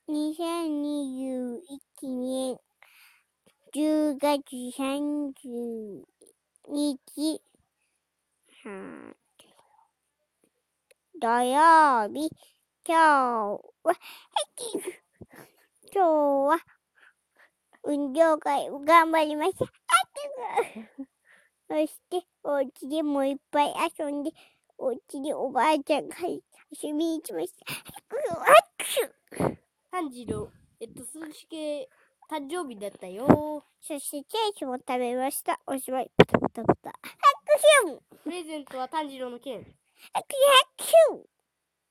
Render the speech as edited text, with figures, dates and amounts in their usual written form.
2021年10月30日、土曜日、今日は運動会を頑張りました。そしてお家でもいっぱい遊んで、お家におばあちゃんが遊びに行きました。 炭治郎、涼しげ誕生日だったよ。 そしてケーキも食べました。おしまい。パタパタパタ。 プレゼントは炭治郎の剣。 拍手